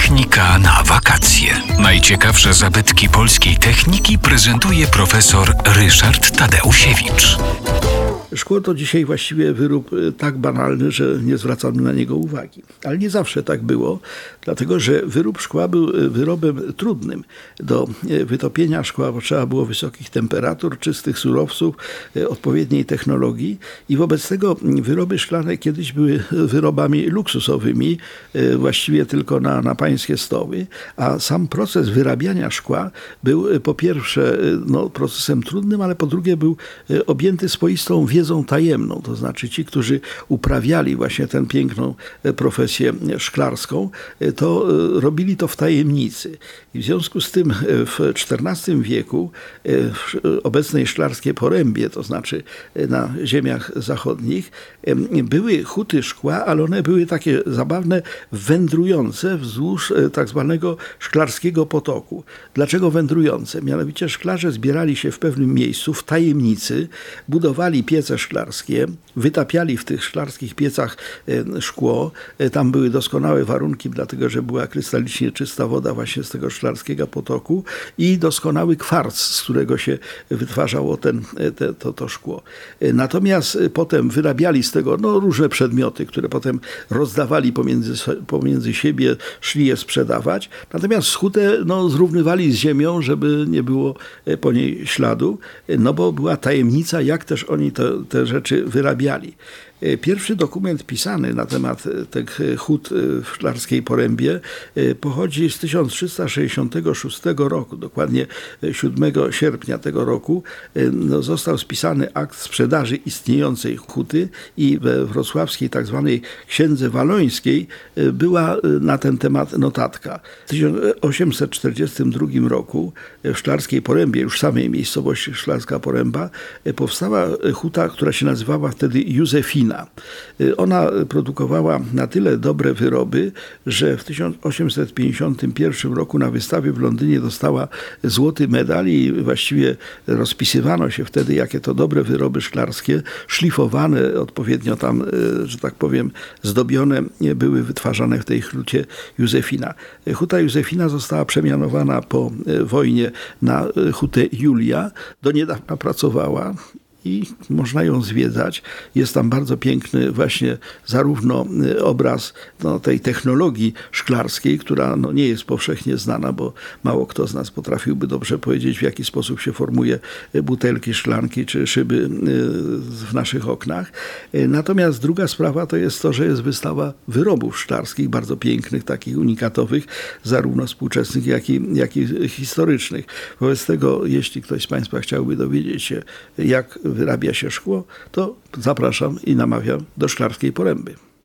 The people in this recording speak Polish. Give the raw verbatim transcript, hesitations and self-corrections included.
Technika na wakacje. Najciekawsze zabytki polskiej techniki prezentuje profesor Ryszard Tadeusiewicz. Szkło to dzisiaj właściwie wyrób tak banalny, że nie zwracamy na niego uwagi. Ale nie zawsze tak było, dlatego że wyrób szkła był wyrobem trudnym. Do wytopienia szkła potrzeba było wysokich temperatur, czystych surowców, odpowiedniej technologii i wobec tego wyroby szklane kiedyś były wyrobami luksusowymi, właściwie tylko na, na pańskie stoły, a sam proces wyrabiania szkła był po pierwsze no, procesem trudnym, ale po drugie był objęty swoistą wiedzą tajemną, to znaczy ci, którzy uprawiali właśnie tę piękną profesję szklarską, to robili to w tajemnicy. I w związku z tym w czternastym wieku w obecnej Szklarskiej Porębie, to znaczy na ziemiach zachodnich, były huty szkła, ale one były takie zabawne, wędrujące wzdłuż tak zwanego szklarskiego potoku. Dlaczego wędrujące? Mianowicie szklarze zbierali się w pewnym miejscu, w tajemnicy, budowali piece szklarskie, wytapiali w tych szklarskich piecach szkło. Tam były doskonałe warunki, dlatego że była krystalicznie czysta woda właśnie z tego szklarskiego potoku i doskonały kwarc, z którego się wytwarzało ten, te, to, to szkło. Natomiast potem wyrabiali z tego no, różne przedmioty, które potem rozdawali pomiędzy, pomiędzy siebie, szli je sprzedawać. Natomiast schutę no, zrównywali z ziemią, żeby nie było po niej śladu, no bo była tajemnica, jak też oni te, te rzeczy wyrabiali. Pierwszy dokument pisany na temat tych hut w Szklarskiej Porębie pochodzi z tysiąc trzysta sześćdziesiątego szóstego roku, dokładnie siódmego sierpnia tego roku. No, został spisany akt sprzedaży istniejącej huty i we wrocławskiej tak zwanej Księdze Walońskiej była na ten temat notatka. W tysiąc osiemset czterdziestym drugim roku w Szklarskiej Porębie, już samej miejscowości Szklarska Poręba, powstała huta, która się nazywała wtedy Józefina. Ona produkowała na tyle dobre wyroby, że w tysiąc osiemset pięćdziesiątym pierwszym roku na wystawie w Londynie dostała złoty medal i właściwie rozpisywano się wtedy, jakie to dobre wyroby szklarskie, szlifowane, odpowiednio tam, że tak powiem, zdobione, były wytwarzane w tej hucie Józefina. Huta Józefina została przemianowana po wojnie na hutę Julia. Do niedawna pracowała i można ją zwiedzać. Jest tam bardzo piękny właśnie zarówno obraz no, tej technologii szklarskiej, która no, nie jest powszechnie znana, bo mało kto z nas potrafiłby dobrze powiedzieć, w jaki sposób się formuje butelki, szklanki czy szyby w naszych oknach. Natomiast druga sprawa to jest to, że jest wystawa wyrobów szklarskich, bardzo pięknych, takich unikatowych, zarówno współczesnych, jak i, jak i historycznych. Wobec tego, jeśli ktoś z Państwa chciałby dowiedzieć się, jak wyrabia się szkło, to zapraszam i namawiam do Szklarskiej Poręby.